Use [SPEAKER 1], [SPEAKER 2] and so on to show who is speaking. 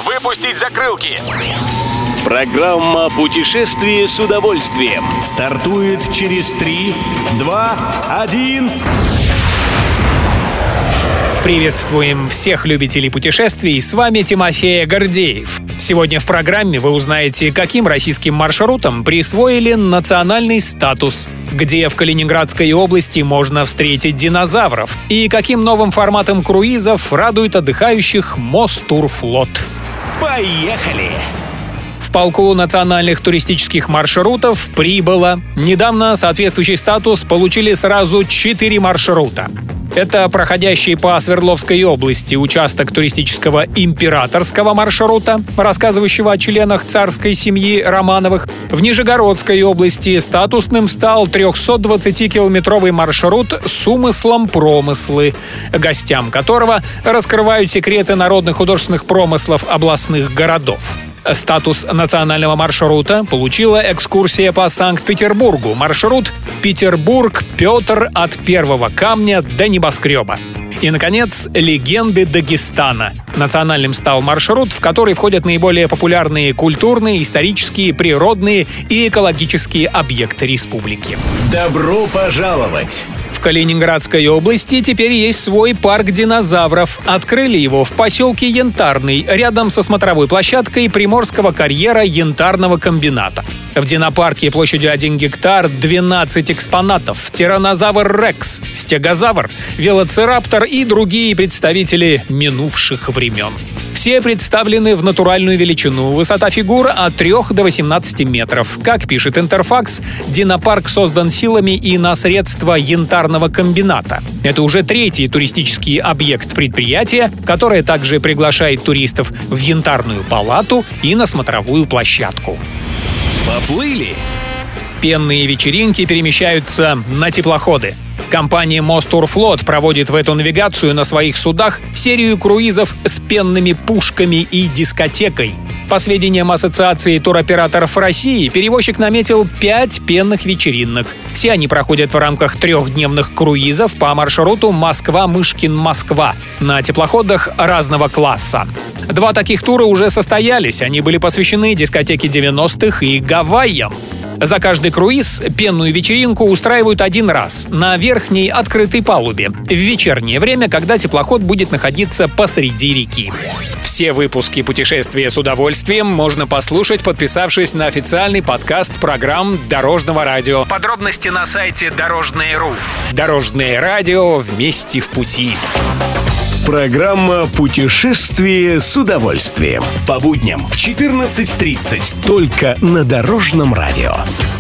[SPEAKER 1] Выпустить закрылки.
[SPEAKER 2] Программа «Путешествие с удовольствием»
[SPEAKER 3] стартует через 3, 2, 1...
[SPEAKER 4] Приветствуем всех любителей путешествий, с вами Тимофей Гордеев. Сегодня в программе вы узнаете, каким российским маршрутам присвоили национальный статус, где в Калининградской области можно встретить динозавров и каким новым форматом круизов радует отдыхающих Мостурфлот.
[SPEAKER 2] Поехали!
[SPEAKER 4] В полку национальных туристических маршрутов прибыло. Недавно соответствующий статус получили сразу 4 маршрута. Это проходящий по Свердловской области участок туристического императорского маршрута, рассказывающего о членах царской семьи Романовых. В Нижегородской области статусным стал 320-километровый маршрут с умыслом промыслы, гостям которого раскрывают секреты народных художественных промыслов областных городов. Статус национального маршрута получила экскурсия по Санкт-Петербургу. Маршрут «Петербург-Петр от первого камня до небоскреба». И, наконец, «Легенды Дагестана». Национальным стал маршрут, в который входят наиболее популярные культурные, исторические, природные и экологические объекты республики.
[SPEAKER 2] Добро пожаловать!
[SPEAKER 4] В Калининградской области теперь есть свой парк динозавров. Открыли его в поселке Янтарный, рядом со смотровой площадкой Приморского карьера янтарного комбината. В динопарке площадью 1 гектар 12 экспонатов. Тираннозавр Рекс, стегозавр, велоцираптор и другие представители минувших времен. Все представлены в натуральную величину. Высота фигур от 3 до 18 метров. Как пишет Интерфакс, динопарк создан силами и на средства янтарного комбината. Это уже 3-й туристический объект предприятия, которое также приглашает туристов в янтарную палату и на смотровую площадку.
[SPEAKER 2] Поплыли!
[SPEAKER 4] Пенные вечеринки перемещаются на теплоходы. Компания Мостурфлот проводит в эту навигацию на своих судах серию круизов с пенными пушками и дискотекой. По сведениям Ассоциации туроператоров России, перевозчик наметил 5 пенных вечеринок. Все они проходят в рамках 3-дневных круизов по маршруту Москва-Мышкин-Москва на теплоходах разного класса. 2 таких тура уже состоялись. Они были посвящены дискотеке 90-х и Гавайям. За каждый круиз пенную вечеринку устраивают 1 раз на верхней открытой палубе в вечернее время, когда теплоход будет находиться посреди реки. Все выпуски «Путешествия с удовольствием» можно послушать, подписавшись на официальный подкаст программ Дорожного радио. Подробности на сайте Дорожное.ру. Дорожное радио, вместе в пути.
[SPEAKER 2] Программа «Путешествие с удовольствием». По будням в 14:30. Только на Дорожном радио.